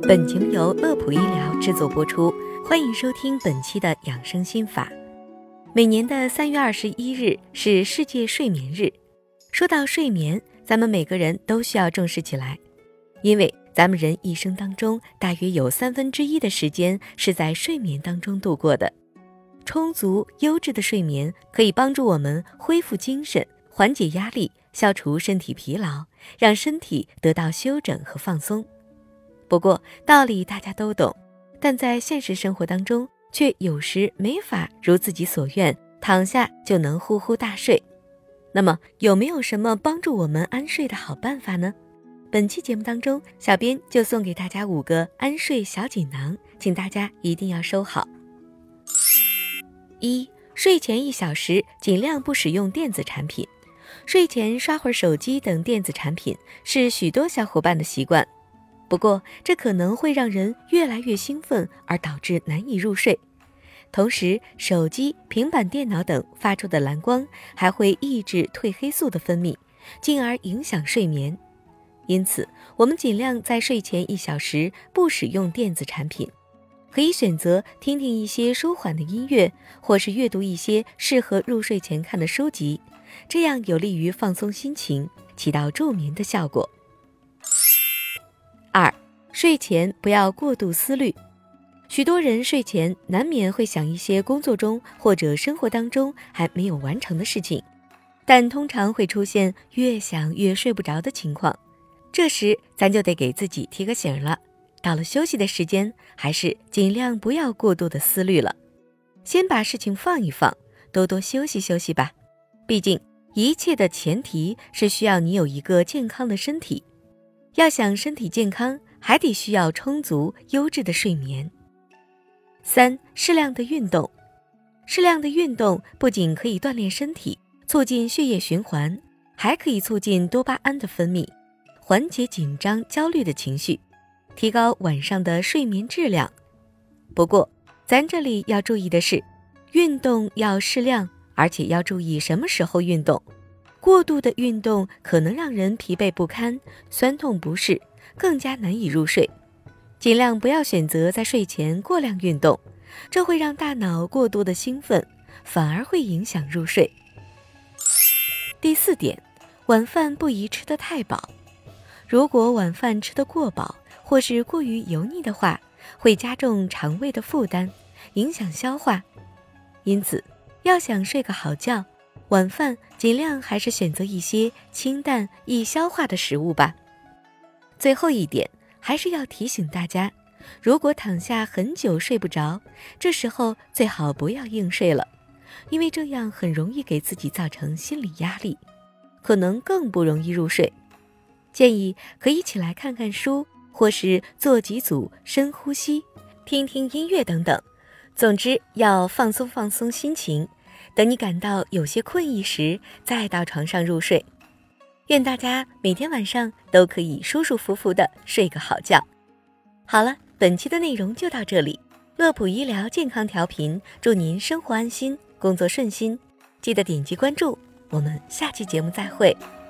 本节目由乐普医疗制作播出，欢迎收听本期的养生心法。每年的3月21日是世界睡眠日。说到睡眠，咱们每个人都需要重视起来，因为咱们人一生当中大约有1/3的时间是在睡眠当中度过的。充足优质的睡眠可以帮助我们恢复精神，缓解压力，消除身体疲劳，让身体得到休整和放松。不过道理大家都懂，但在现实生活当中却有时没法如自己所愿，躺下就能呼呼大睡。那么有没有什么帮助我们安睡的好办法呢？本期节目当中，小编就送给大家5个安睡小锦囊，请大家一定要收好。1. 睡前1小时尽量不使用电子产品。睡前刷会儿手机等电子产品是许多小伙伴的习惯，不过这可能会让人越来越兴奋，而导致难以入睡。同时，手机、平板电脑等发出的蓝光还会抑制褪黑素的分泌，进而影响睡眠。因此，我们尽量在睡前1小时不使用电子产品，可以选择听听一些舒缓的音乐，或是阅读一些适合入睡前看的书籍，这样有利于放松心情，起到助眠的效果。2. 睡前不要过度思虑。许多人睡前难免会想一些工作中或者生活当中还没有完成的事情，但通常会出现越想越睡不着的情况。这时咱就得给自己提个醒了，到了休息的时间，还是尽量不要过度的思虑了，先把事情放一放，多多休息休息吧。毕竟一切的前提是需要你有一个健康的身体，要想身体健康，还得需要充足优质的睡眠。3. 适量的运动。适量的运动不仅可以锻炼身体，促进血液循环，还可以促进多巴胺的分泌，缓解紧张焦虑的情绪，提高晚上的睡眠质量。不过咱这里要注意的是，运动要适量，而且要注意什么时候运动。过度的运动可能让人疲惫不堪，酸痛不适，更加难以入睡。尽量不要选择在睡前过量运动，这会让大脑过度的兴奋，反而会影响入睡。第4点，晚饭不宜吃得太饱。如果晚饭吃得过饱，或是过于油腻的话，会加重肠胃的负担，影响消化。因此，要想睡个好觉，晚饭尽量还是选择一些清淡易消化的食物吧。最后一点，还是要提醒大家，如果躺下很久睡不着，这时候最好不要硬睡了，因为这样很容易给自己造成心理压力，可能更不容易入睡。建议可以起来看看书，或是做几组深呼吸，听听音乐等等。总之要放松放松心情，等你感到有些困意时，再到床上入睡。愿大家每天晚上都可以舒舒服服的睡个好觉。好了，本期的内容就到这里。乐普医疗健康调频，祝您生活安心，工作顺心。记得点击关注，我们下期节目再会。